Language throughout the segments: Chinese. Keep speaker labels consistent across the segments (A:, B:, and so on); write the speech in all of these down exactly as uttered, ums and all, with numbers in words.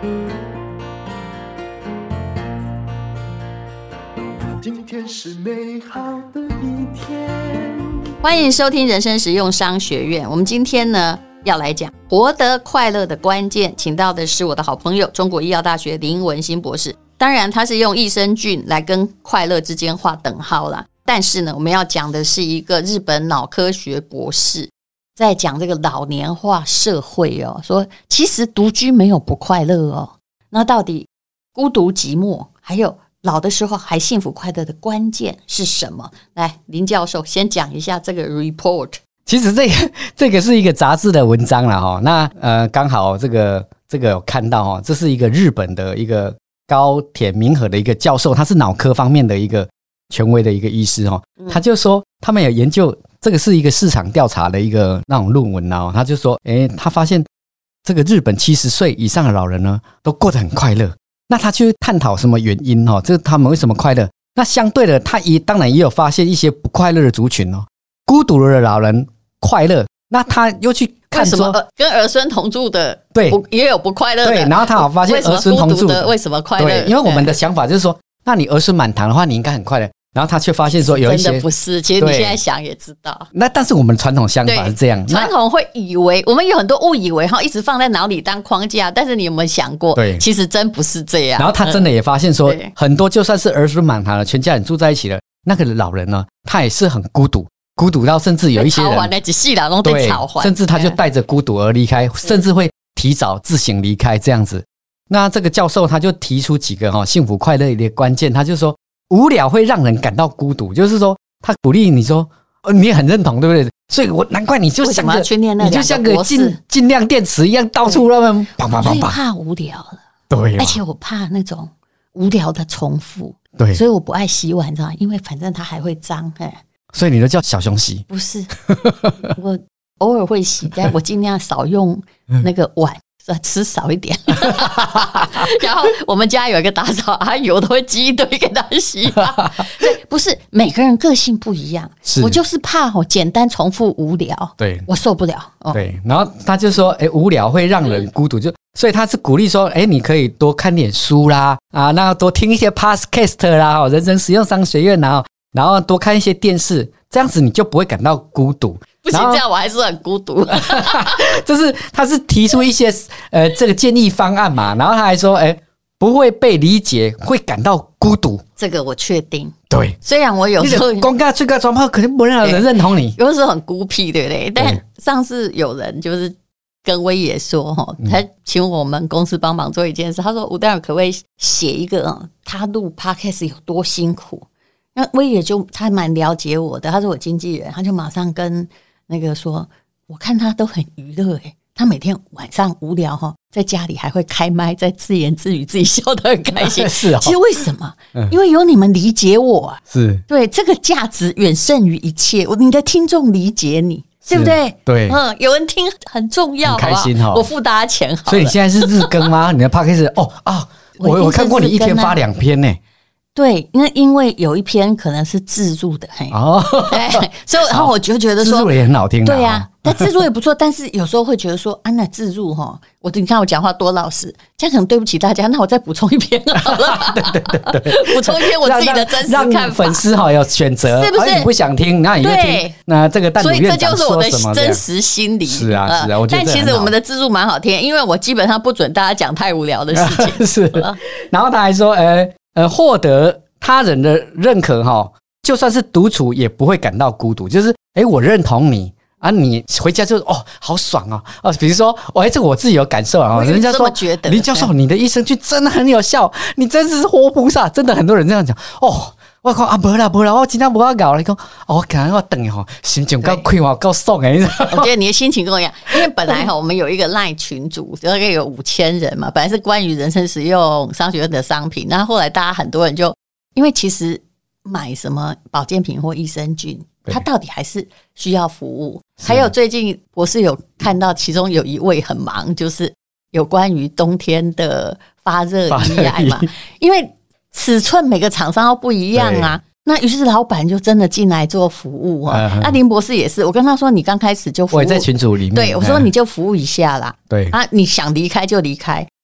A: 今天是美好的一天。
B: 欢迎收听人生实用商学院。我们今天呢要来讲活得快乐的关键，请到的是我的好朋友中国医药大学林文欣博士。当然他是用益生菌来跟快乐之间画等号啦，但是呢我们要讲的是一个日本脑科学博士在讲这个老年化社会哦，说其实独居没有不快乐哦，那到底孤独寂寞还有老的时候还幸福快乐的关键是什么？来，林教授先讲一下这个 report。
C: 其实这个这个是一个杂志的文章啦齁，那呃刚好这个这个有看到齁，这是一个日本的一个高田明和的一个教授，他是脑科方面的一个权威的一个医师齁，他就说他们有研究，这个是一个市场调查的一个那种论文啊，他就说诶他发现这个日本七十岁以上的老人呢都过得很快乐。那他去探讨什么原因哦？这他们为什么快乐？那相对的，他也当然也有发现一些不快乐的族群哦。孤独的老人快乐，那他又去看说，
B: 为什么跟儿孙同住的
C: 对
B: 也有不快乐的？
C: 对，然后他好发现儿孙同住
B: 的为什么快乐？
C: 对，因为我们的想法就是说，那你儿孙满堂的话，你应该很快乐。然后他却发现说有一些
B: 真的不是，其实你现在想也知道。
C: 那但是我们传统想法是这样，
B: 传统会以为我们有很多误以为哈，一直放在脑里当框架。但是你有没有想过，对，其实真不是这样。
C: 然后他真的也发现说，嗯、很多就算是儿孙满堂了，全家人住在一起了，那个老人呢，他也是很孤独，孤独到甚至有一些人，对，甚至他就带着孤独而离开，甚至会提早自行离开这样子。那这个教授他就提出几个哈幸福快乐的关键，他就说。无聊会让人感到孤独，就是说他鼓励你说、呃、你也很认同对不对？所以我难怪你就像个你就像个尽尽量电池一样到处那么砰砰砰砰。
B: 我最怕无聊了，
C: 对、啊，
B: 而且我怕那种无聊的重复，
C: 对，
B: 所以我不爱洗碗，你知道吗？因为反正它还会脏，
C: 所以你都叫小熊洗？
B: 不是，我偶尔会洗，但我尽量少用那个碗。吃少一点然后我们家有一个打扫阿姨，我都会积一堆给她洗对，不是每个人个性不一样，我就是怕、哦、简单重复无聊，对，我受不了、哦、
C: 对，然后他就说诶无聊会让人孤独，就所以他是鼓励说诶你可以多看点书啦啊，那多听一些 podcast 啦，人生实用商学院啦，然后多看一些电视，这样子你就不会感到孤独。
B: 不行，这样我还是很孤独
C: 就是他是提出一些呃这个建议方案嘛，然后他还说哎不会被理解会感到孤独，
B: 这个我确定。
C: 对，
B: 虽然我有时候
C: 公开吹个传炮，可能没有人认同你，
B: 有时候很孤僻，对不对？但上次有人就是跟威爷说他请我们公司帮忙做一件事，他说吴代尔可不可以写一个他录 podcast 有多辛苦？那威爷就他蛮了解我的，他是我经纪人，他就马上跟那个说，我看他都很娱乐诶，他每天晚上无聊哈，在家里还会开麦，在自言自语，自己笑得很开心。
C: 是、哦、
B: 其实为什么、嗯？因为有你们理解我啊，
C: 是
B: 对这个价值远胜于一切。你的听众理解你，对不对？
C: 对，
B: 嗯，有人听很重要，
C: 很开心哈、哦。
B: 我付大家钱好了。
C: 所以你现在是日更吗？你的 podcast 哦啊，我我看过你一天发两篇呢。
B: 对，因为因为有一篇可能是自助的，嘿
C: 哦，
B: 对，所以然后我就觉得说，
C: 自助也很好听的，
B: 对啊，但自助也不错，但是有时候会觉得说，啊，那自助哈，我你看我讲话多老实，这样可能对不起大家，那我再补充一篇好了，
C: 对对对对，
B: 补充一篇我自己的真实看法，
C: 让粉丝哈有选择，
B: 是不是？
C: 你不想听，那你就听，那这个淡如院长说什么？
B: 所以这就是我的真实心理。
C: 是啊是啊，我觉得
B: 但其实我们的自助蛮好听，因为我基本上不准大家讲太无聊的事情。
C: 是，然后他还说，呃呃，获得他人的认可哈，就算是独处也不会感到孤独，就是哎，我认同你啊，你回家就哦好爽哦哦，比如说哎，这个我自己有感受啊，人家说林教授你的益生菌真的很有效，你真是活菩萨，真的很多人这样讲哦。我讲啊，没啦没啦，我今天没法搞了。你讲，哦，我看我等吼，心情够快活，够爽哎！
B: 我觉得你的心情跟我一样，因为本来哈，我们有一个 LINE 群组，大概有五千人嘛，本来是关于人生实用商学院的商品，然后后来大家很多人就，因为其实买什么保健品或益生菌，它到底还是需要服务。还有最近我是有看到，其中有一位很忙，就是有关于冬天的发热衣爱嘛，因为尺寸每个厂商都不一样啊，那于是老板就真的进来做服务哦。那、嗯、林博士也是，我跟他说你刚开始就服务，
C: 我也在群组里面，
B: 对我说你就服务一下啦，
C: 对
B: 啊，你想离开就离开，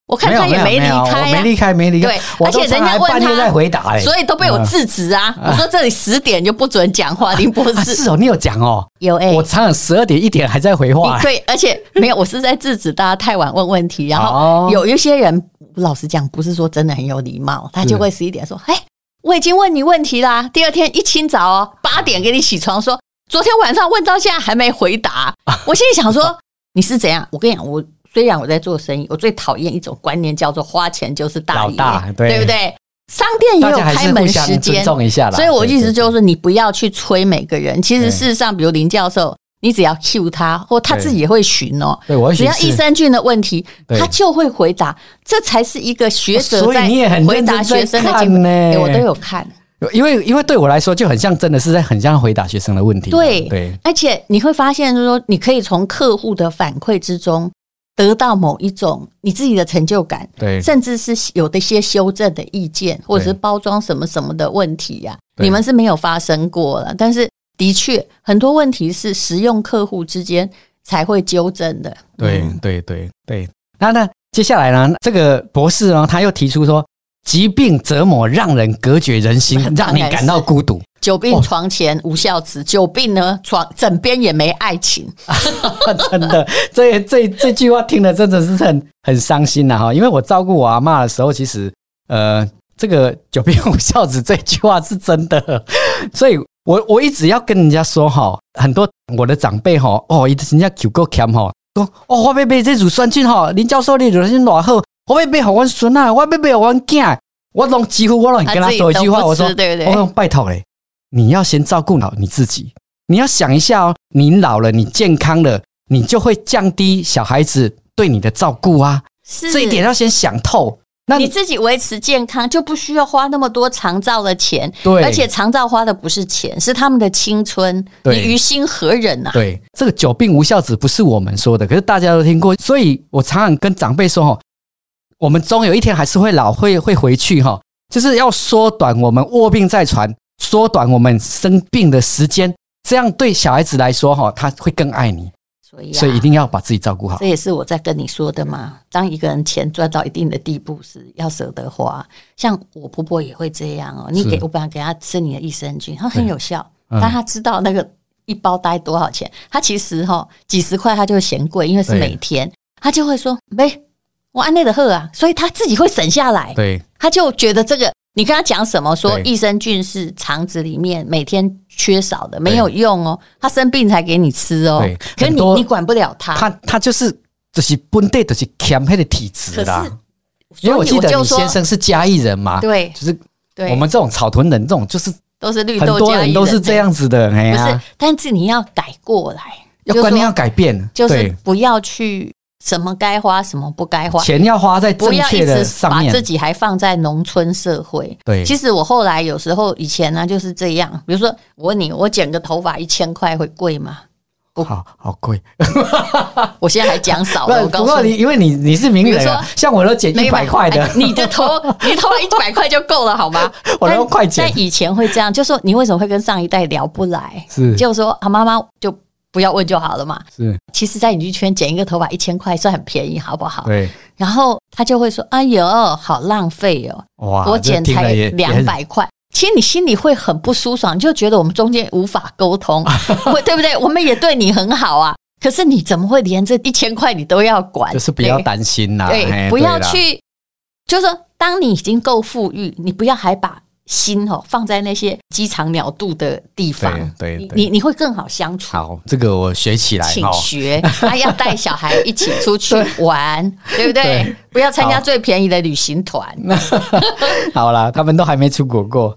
B: 我看他也没离开、啊，
C: 我没离开，没离开。
B: 对，而且人家问他
C: 半夜在回答、欸，
B: 所以都被我制止啊。嗯、我说这里十点就不准讲话，林博士、
C: 啊。是哦，你有讲哦，
B: 有哎、欸，
C: 我常常十二点一点还在回话、欸。
B: 对，而且没有，我是在制止大家太晚问问题。然后有一些人，老实讲，不是说真的很有礼貌，他就会十一点说：“哎，我已经问你问题啦。”第二天一清早哦，八点给你起床说，昨天晚上问到现在还没回答。我心里想说，你是怎样？我跟你讲，我。虽然我在做生意，我最讨厌一种观念叫做花钱就是大爷，
C: 老大 对,
B: 对不对？商店也有开门时间，所以我意思就是你不要去催每个人。其实事实上，比如林教授，你只要 cue 他，或他自己也会询哦。
C: 对，我
B: 只要益生菌的问题，他就会回答。这才是一个学者在回答学生的进步。欸、我都有看。
C: 因为因为对我来说就很像真的是在很像回答学生的问题。
B: 对
C: 对，
B: 而且你会发现，就是说你可以从客户的反馈之中。得到某一种你自己的成就感，
C: 对，
B: 甚至是有的一些修正的意见，或者是包装什么什么的问题呀、啊，你们是没有发生过了。但是的确，很多问题是实用客户之间才会纠正的。
C: 对对对对。那那接下来呢？这个博士呢，他又提出说，疾病折磨让人隔绝人心，让你感到孤独。
B: 久病床前无孝子，久病呢床枕边也没爱情。
C: 真的，这这这句话听了真的是很很伤心啊！哈，因为我照顾我阿嬷的时候，其实呃，这个久病无孝子这句话是真的，所以我我一直要跟人家说哈，很多我的长辈哈，哦，人家求够强哈，说哦，我要买这乳酸菌哈，林教授你乳酸菌偌好，我要买给我孙啊，我要买给我囝，我拢几乎我拢跟他说一句话，我说，
B: 对不对？
C: 我说拜托嘞。你要先照顾好你自己，你要想一下哦，你老了，你健康了，你就会降低小孩子对你的照顾啊。
B: 是
C: 这一点要先想透。那 你,
B: 你自己维持健康，就不需要花那么多长照的钱。
C: 对，
B: 而且长照花的不是钱，是他们的青春。你于心何忍啊？
C: 对，这个久病无孝子不是我们说的，可是大家都听过，所以我常常跟长辈说哦，我们终有一天还是会老，会会回去哈，就是要缩短我们卧病在床。缩短我们生病的时间，这样对小孩子来说他会更爱你，所以、啊、所以一定要把自己照顾好。
B: 这也是我在跟你说的嘛，当一个人钱赚到一定的地步是要舍得花，像我婆婆也会这样哦。你给我本来给她吃你的益生菌，她很有效、嗯、但她知道那个一包大概多少钱，她其实几十块她就会嫌贵，因为是每天，她就会说没我按内的喝啊，所以她自己会省下来。
C: 对，
B: 她就觉得这个你跟他讲什么说益生菌是肠子里面每天缺少的，没有用哦，他生病才给你吃哦。可是你你管不了他，
C: 他他就是就是本地就是欠那个体质啦。因为我记得你先生是嘉义人嘛，
B: 对，
C: 就是我们这种草屯人，这种就是
B: 都是绿豆，
C: 很多人都是这样子的，哎呀，
B: 不是，但是你要改过来，
C: 要观念要改变，
B: 就是不要去。什么该花，什么不该花，
C: 钱要花在正确的上面，
B: 不要一直把自己还放在农村社会。
C: 对，
B: 其实我后来有时候以前呢、啊、就是这样，比如说我问你，我剪个头发一千块会贵吗？
C: 好好贵，
B: 我现在还讲少了。我告诉你，
C: 因为你你是名人、啊，像我都剪一百块的，
B: 你的头你头发一百块就够了，好吗？
C: 我都快剪。
B: 但以前会这样，就说你为什么会跟上一代聊不来？
C: 是，
B: 就说啊，妈妈就。不要问就好了嘛。
C: 是，
B: 其实，在演艺圈剪一个头发一千块算很便宜，好不好？
C: 对。
B: 然后他就会说：“哎呦，好浪费哦！
C: 哇，
B: 我剪才两百块。”其实你心里会很不舒爽，就觉得我们中间无法沟通，对不对？我们也对你很好啊，可是你怎么会连这一千块你都要管？
C: 就是不要担心啦，
B: 对，对不要去，就是说，当你已经够富裕，你不要还把。心哦放在那些鸡肠鸟肚的地方，
C: 对 对, 对，
B: 你你会更好相处。
C: 好，这个我学起来，
B: 请学。他要带小孩一起出去玩，对, 对不对? 对？不要参加最便宜的旅行团。
C: 好啦，他们都还没出国过。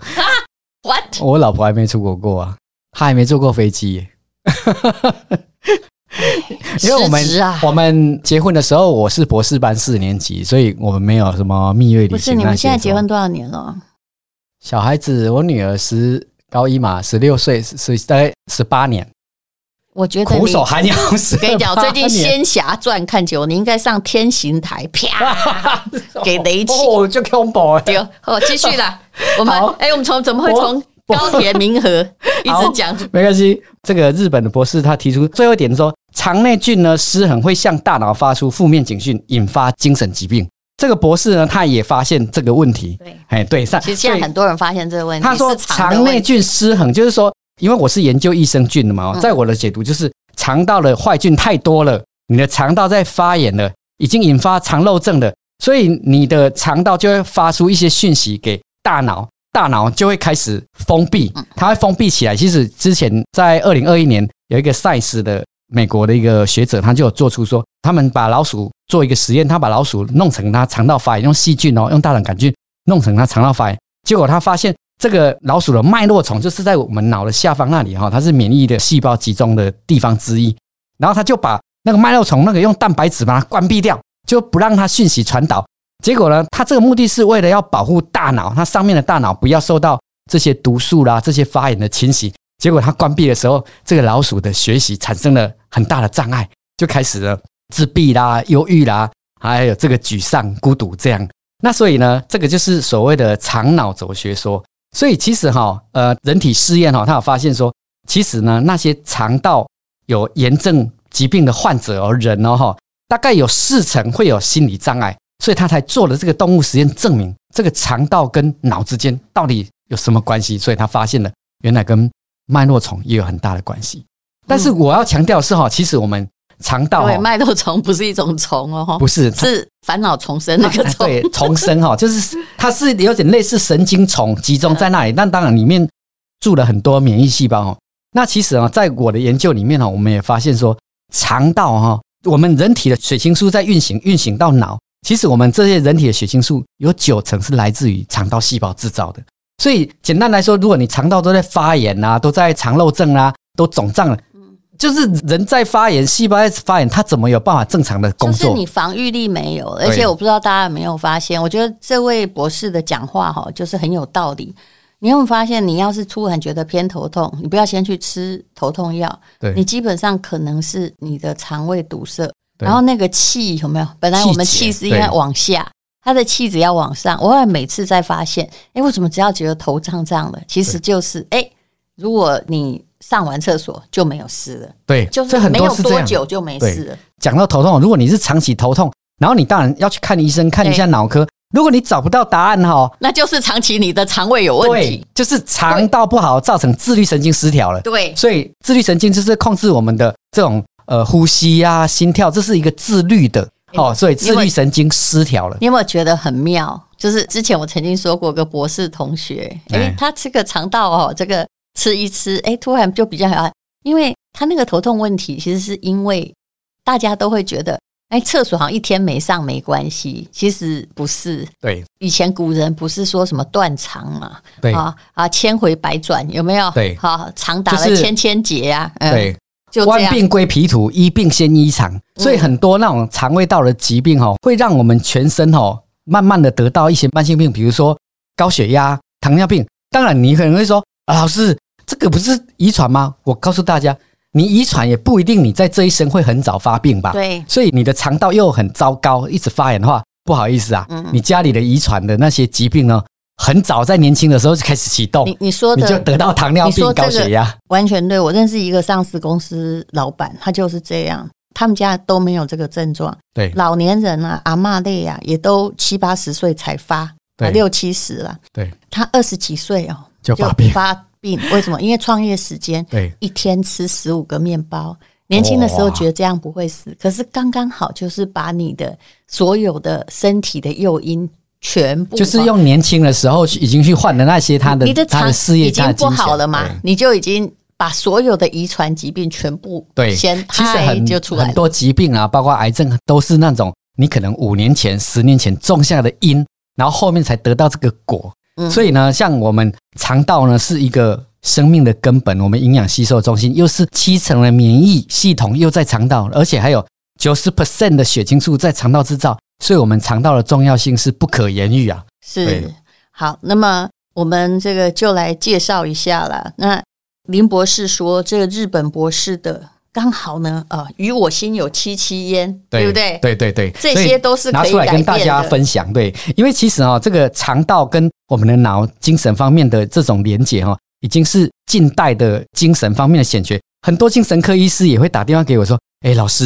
B: What？
C: 我老婆还没出国过啊，她还没坐过飞机耶。因为我们、啊、我们结婚的时候，我是博士班四年级，所以我们没有什么蜜月旅行。
B: 不是，你们现在结婚多少年了？
C: 小孩子，我女儿十高一嘛，十六岁，是大概十八年。
B: 我觉得
C: 苦守寒窑十八年。
B: 跟你讲，最近《仙侠传》看久，你应该上天行台，啪给雷击，
C: 哦，就恐怖了。
B: 对，好，继续啦。我们哎、欸，我们从怎么会从高铁冥河一直讲？
C: 没关系。这个日本的博士他提出最后一点说，肠内菌呢失衡会向大脑发出负面警讯，引发精神疾病。 这个博士呢，他也发现这个问题。
B: 对，
C: 哎，对，
B: 其实现在很多人发现这个问题。
C: 他说肠内菌失衡，就是说，因为我是研究益生菌的嘛，在我的解读就是肠道的坏菌太多了，你的肠道在发炎了，已经引发肠漏症了，所以你的肠道就会发出一些讯息给大脑，大脑就会开始封闭，它会封闭起来。其实之前在二零二一年有一个赛斯的美国的一个学者，他就有做出说，他们把老鼠做一个实验，他把老鼠弄成它肠道发炎，用细菌哦，用大肠杆菌弄成它肠道发炎，结果他发现这个老鼠的脉络丛就是在我们脑的下方那里哈，它是免疫的细胞集中的地方之一，然后他就把那个脉络丛那个用蛋白质把它关闭掉，就不让它讯息传导。结果呢，他这个目的是为了要保护大脑，它上面的大脑不要受到这些毒素啦、这些发炎的侵袭。结果它关闭的时候，这个老鼠的学习产生了很大的障碍，就开始了自闭啦、忧郁啦，还有这个沮丧、孤独这样。那所以呢，这个就是所谓的肠脑轴学说。所以其实哈，呃，人体试验哈，他有发现说，其实呢，那些肠道有炎症疾病的患者哦，人哦哈，大概有四成会有心理障碍，所以他才做了这个动物实验，证明这个肠道跟脑之间到底有什么关系。所以他发现了原来跟脉络丛也有很大的关系。但是我要强调的是哈，其实我们肠道
B: 对脉络丛不是一种虫哦，
C: 不是，
B: 是烦恼丛生那个虫。
C: 对，丛生哈，就是它是有点类似神经丛集中在那里，但当然里面住了很多免疫细胞哈。那其实啊，在我的研究里面哈，我们也发现说，肠道哈，我们人体的血清素在运行，运行到脑，其实我们这些人体的血清素有九成是来自于肠道细胞制造的。所以简单来说，如果你肠道都在发炎啊，都在肠漏症啊，都肿胀了，就是人在发炎，细胞在发炎，它怎么有办法正常的工作？
B: 就是你防御力没有。而且我不知道大家有没有发现，我觉得这位博士的讲话哈，就是很有道理。你有没有发现，你要是突然觉得偏头痛，你不要先去吃头痛药，你基本上可能是你的肠胃堵塞，然后那个气有没有？本来我们气是应该往下，它的气只要往上。我后来每次再发现，哎，为什么只要觉得头胀胀的，其实就是哎，如果你上完厕所就没有事了，
C: 对，
B: 就是没有多久就没事了。
C: 讲到头痛，如果你是长期头痛，然后你当然要去看医生，看一下脑科。如果你找不到答案哈，
B: 那就是长期你的肠胃有问题，
C: 就是肠道不好，造成自律神经失调了。
B: 对，
C: 所以自律神经就是控制我们的这种呃呼吸啊、心跳，这是一个自律的哦，所以自律神经失调了。
B: 你有没有觉得很妙？就是之前我曾经说过，个博士同学，哎，他吃个肠道哦，这个吃一吃，哎，突然就比较好，因为他那个头痛问题，其实是因为大家都会觉得，哎，厕所好像一天没上没关系，其实不是。
C: 对，
B: 以前古人不是说什么断肠嘛，
C: 对
B: 啊啊，千回百转有没有？
C: 对，
B: 好，肠打了千千结啊，
C: 嗯、对。
B: 就
C: 万病归脾土，医病先医肠，所以很多那种肠胃道的疾病哦，会让我们全身哦慢慢的得到一些慢性病，比如说高血压、糖尿病。当然，你可能会说，啊、老师，这个不是遗传吗？我告诉大家，你遗传也不一定你在这一生会很早发病吧？
B: 对，
C: 所以你的肠道又很糟糕，一直发炎的话，不好意思啊，嗯、你家里的遗传的那些疾病呢？很早在年轻的时候就开始启动，
B: 你你说的
C: 你就得到糖尿病、高血压，
B: 完全对。我认识一个上市公司老板，他就是这样，他们家都没有这个症状。对，老年人啊，阿嬷类啊，也都七八十岁才发，啊，六七十了。
C: 对，
B: 他二十几岁哦
C: 就发病，
B: 发病为什么？因为创业时间，
C: 对，
B: 一天吃十五个面包。年轻的时候觉得这样不会死，可是刚刚好就是把你的所有的身体的诱因。全部
C: 就是用年轻的时候已经去换了那些他的
B: 你的
C: 他的事业
B: 已经不好了嘛，你就已经把所有的遗传疾病全部
C: 对
B: 先
C: 其实很
B: 就出来了。
C: 很多疾病啊，包括癌症，都是那种你可能五年前、十年前种下的因，然后后面才得到这个果。嗯、所以呢，像我们肠道呢是一个生命的根本，我们营养吸收中心，又是七成的免疫系统又在肠道，而且还有 百分之九十 的血清素在肠道制造。所以我们肠道的重要性是不可言喻啊。
B: 是，好，那么我们这个就来介绍一下啦。那林博士说，这个日本博士的刚好呢，呃，与我心有戚戚焉， 对, 对不对？
C: 对对对，
B: 这些都是可以
C: 拿出来跟大家分享。对，因为其实哦，这个肠道跟我们的脑、精神方面的这种连结哈、哦，已经是近代的精神方面的显学。很多精神科医师也会打电话给我说：“哎，老师。”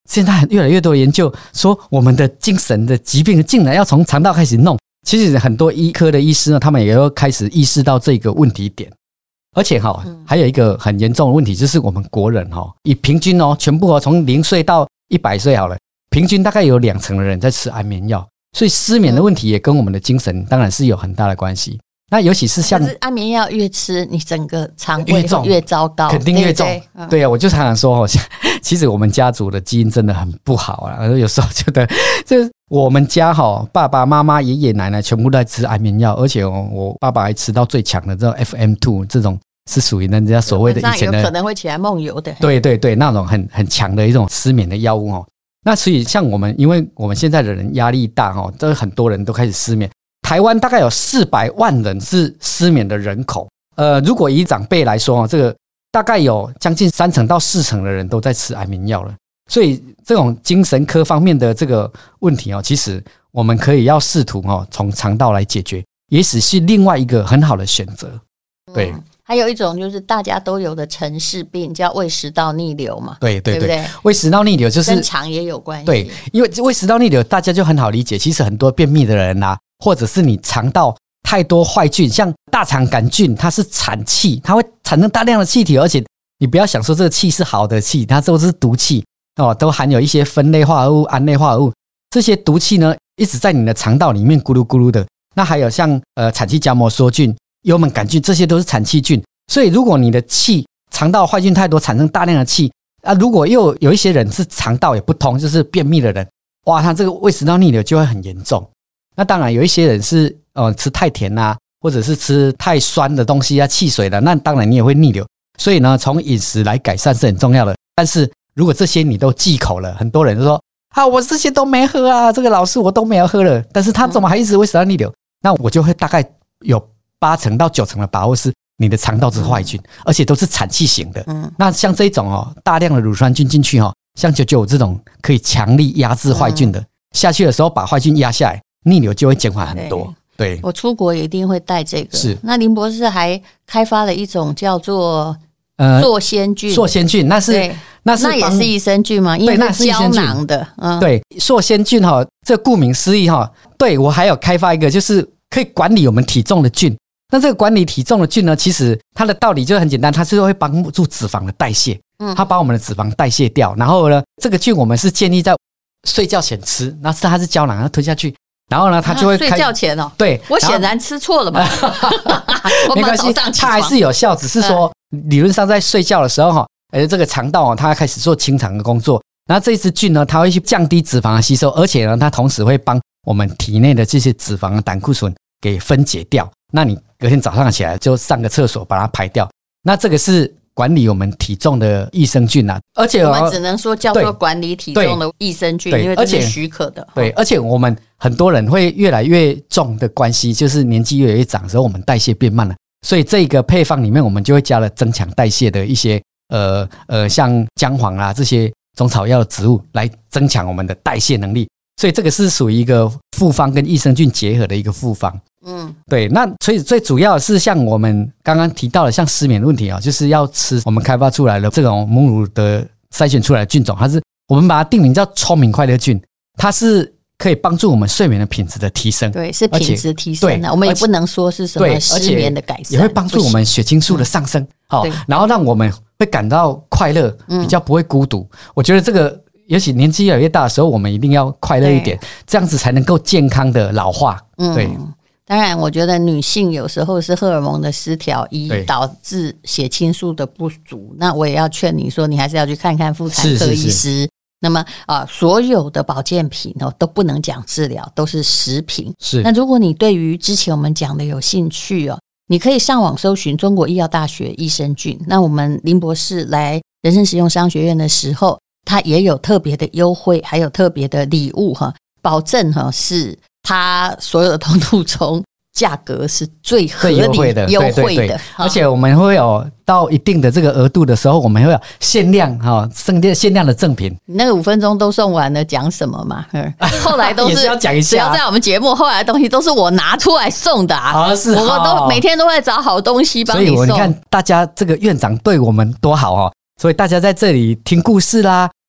C: 现在越来越多的研究说，我们的精神的疾病竟然要从肠道开始弄。其实很多医科的医师呢，他们也要开始意识到这个问题点。而且哈、哦，还有一个很严重的问题，就是我们国人哈、哦，以平均哦，全部哦，从零岁到一百岁好了，平均大概有两成的人在吃安眠药，所以失眠的问题也跟我们的精神当然是有很大的关系。那尤其是像
B: 是安眠药越吃，你整个肠胃会越糟糕，
C: 肯定越重。
B: 对, 对, 嗯、
C: 对啊，我就常常说哦，其实我们家族的基因真的很不好啊。有时候觉得，这我们家哈，爸爸妈妈、爷爷奶奶全部都在吃安眠药，而且我爸爸还吃到最强的这种 F M 二 这种，是属于人家所谓的以前的，
B: 有可能会起来梦游的。
C: 对对对，那种很很强的一种失眠的药物哦。那所以像我们，因为我们现在的人压力大哦，这很多人都开始失眠。台湾大概有四百万人是失眠的人口，呃，如果以长辈来说，这个大概有将近三成到四成的人都在吃安眠药了。所以这种精神科方面的这个问题哦，其实我们可以要试图哦从肠道来解决，也许是另外一个很好的选择。对。嗯，
B: 还有一种就是大家都有的城市病，叫胃食道逆流嘛。
C: 对对 对,
B: 对, 对，
C: 胃食道逆流就是
B: 跟肠也有关系。
C: 对，因为胃食道逆流大家就很好理解，其实很多便秘的人啊，或者是你肠道太多坏菌，像大肠杆菌，它是产气，它会产生大量的气体，而且你不要想说这个气是好的气，它都是毒气哦，都含有一些酚类化合物、胺类化合物，这些毒气呢一直在你的肠道里面咕噜咕噜的。那还有像呃产气荚膜梭菌、幽门杆菌，这些都是产气菌。所以如果你的气肠道坏菌太多，产生大量的气啊，如果又有一些人是肠道也不通，就是便秘的人，哇，他这个胃食道逆流就会很严重。那当然有一些人是呃吃太甜啊，或者是吃太酸的东西啊、汽水的，那当然你也会逆流。所以呢，从饮食来改善是很重要的。但是如果这些你都忌口了，很多人就说啊，我这些都没喝啊，这个老师我都没有喝了，但是他怎么还一直胃食道逆流？那我就会大概有八成到九成的把握是你的肠道是坏菌，而且都是产气型的。嗯，那像这种哦，大量的乳酸菌进去哦，像九九五这种可以强力压制坏菌的，嗯、下去的时候把坏菌压下来，逆流就会减缓很多。对，
B: 我出国一定会带这个。
C: 是，
B: 那林博士还开发了一种叫做呃唑仙菌。
C: 唑仙菌那是那是
B: 那也是益生菌吗？因为是胶囊的。嗯，
C: 对，唑仙菌哈，这顾名思义哈，对我还有开发一个，就是可以管理我们体重的菌。那这个管理体重的菌呢，其实它的道理就很简单，它是会帮助脂肪的代谢，嗯，它把我们的脂肪代谢掉。然后呢，这个菌我们是建议在睡觉前吃，然后它是胶囊，它吞下去，然后呢，它就会开、
B: 啊、睡觉前哦。
C: 对，
B: 我显然吃错了吧？
C: 没关系，它还是有效，只是说理论上在睡觉的时候哈，呃，这个肠道哦，它开始做清肠的工作。然后这支菌呢，它会去降低脂肪的吸收，而且呢，它同时会帮我们体内的这些脂肪的胆固醇给分解掉。那你隔天早上起来就上个厕所把它排掉，那这个是管理我们体重的益生菌啊，而且
B: 我们只能说叫做管理体重的益生菌，因为这是许可的。
C: 对，而且我们很多人会越来越重的关系，就是年纪越来越长的时候，我们代谢变慢了，所以这个配方里面我们就会加了增强代谢的一些呃呃像姜黄啊这些中草药的植物来增强我们的代谢能力，所以这个是属于一个复方跟益生菌结合的一个复方。嗯，对，那所以最主要是像我们刚刚提到的，像失眠问题啊，就是要吃我们开发出来的这种母乳的筛选出来的菌种，它是我们把它定名叫聪明快乐菌，它是可以帮助我们睡眠的品质的提升。
B: 对，是品质提升的，我们也不能说是什么失眠的改善，
C: 也会帮助我们血清素的上升，好、嗯，然后让我们会感到快乐，比较不会孤独。嗯、我觉得这个。尤其年纪越来越大的时候，我们一定要快乐一点，这样子才能够健康的老化。嗯，对。
B: 当然，我觉得女性有时候是荷尔蒙的失调，以导致血清素的不足。那我也要劝你说，你还是要去看看妇产科医师。是是是。那么啊、呃，所有的保健品哦都不能讲治疗，都是食品。
C: 是。
B: 那如果你对于之前我们讲的有兴趣哦，你可以上网搜寻中国医药大学益生菌。那我们林博士来人生实用商学院的时候，它也有特别的优惠，还有特别的礼物哈，保证哈是它所有的通路中价格是最合理
C: 最优惠的，
B: 优惠的，
C: 对对对，而且我们会有到一定的这个额度的时候，我们会有限量哈，限量的赠品。
B: 你那个五分钟都送完了，讲什么嘛？后来都是
C: 也是要讲一下，
B: 只要在我们节目后来的东西都是我拿出来送的啊，
C: 啊是，
B: 我都每天都在找好东西帮你送。
C: 所以我你看大家这个院长对我们多好哦。所以大家在这里听故事啦，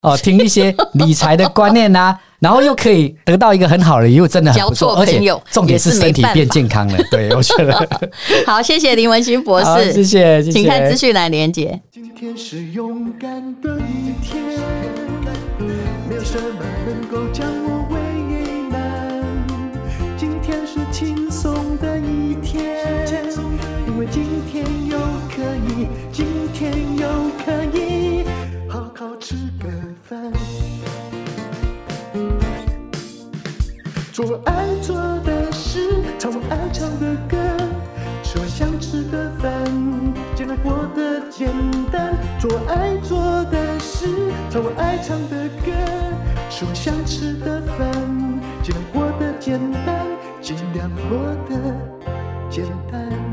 C: 哦，听一些理财的观念啊，然后又可以得到一个很好的礼物，真的很不错，而且重点是身体变健康了。对，我觉得
B: 好，谢谢林文馨博士，
C: 谢谢，谢谢，
B: 请看资讯栏连结。
A: 今天是勇敢的一天，没有什么能够将我为难。今天是轻松的一天，因为今天又可以，今天又可以好好吃个饭，做我爱做的事，唱我爱唱的歌，吃我想吃的饭，尽量过得简单。做我爱做的事，唱我爱唱的歌，吃我想吃的饭，尽量过得简单，尽量过得简单。